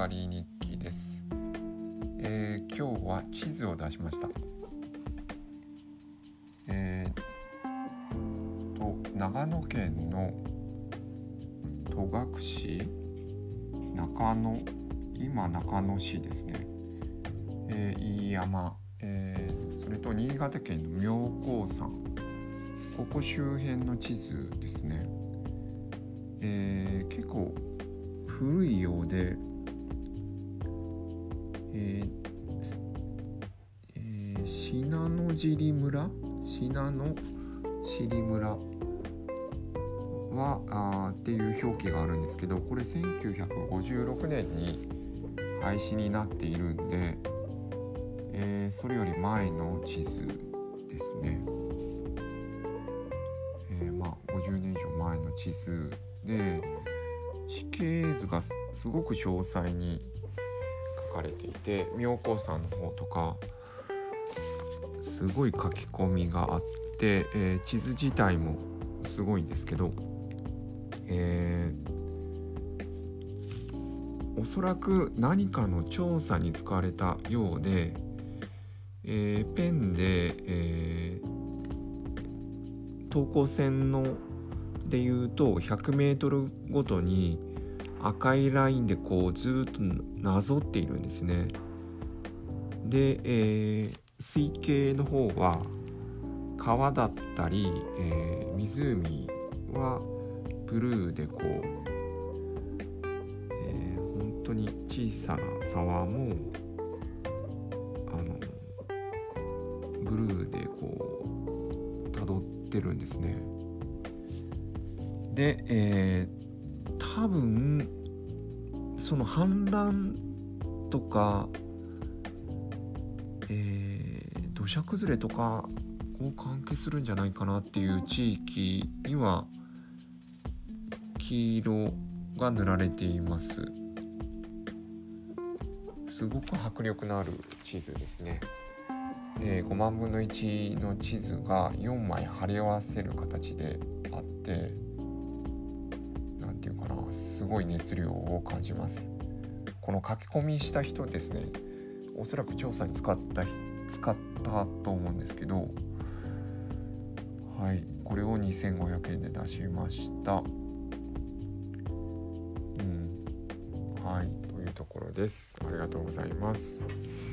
かり日記です。今日は地図を出しました。長野県の戸隠中野、今中野市ですね、飯山、それと新潟県の妙高山、ここ周辺の地図ですね。結構古いようで、信濃尻村はっていう表記があるんですけど、これ1956年に廃止になっているんで、それより前の地図ですね。50年以上前の地図で、地形図がすごく詳細に書かれていて、妙高山の方とかすごい書き込みがあって、地図自体もすごいんですけど、おそらく何かの調査に使われたようで、ペンで、等高線のでいうと100メートルごとに赤いラインでこうずっとなぞっているんですね。で、水系の方は川だったり、湖はブルーでこう、本当に小さな沢もブルーでこう辿ってるんですね。で、多分その氾濫とか、土砂崩れとかこう関係するんじゃないかなっていう地域には黄色が塗られています。すごく迫力のある地図ですね。5万分の1の地図が4枚貼り合わせる形であって、なんていうかな、すごい熱量を感じます。この書き込みした人ですね、おそらく調査に使ったと思うんですけど、はい、これを2500円で出しました。はい、というところです。ありがとうございます。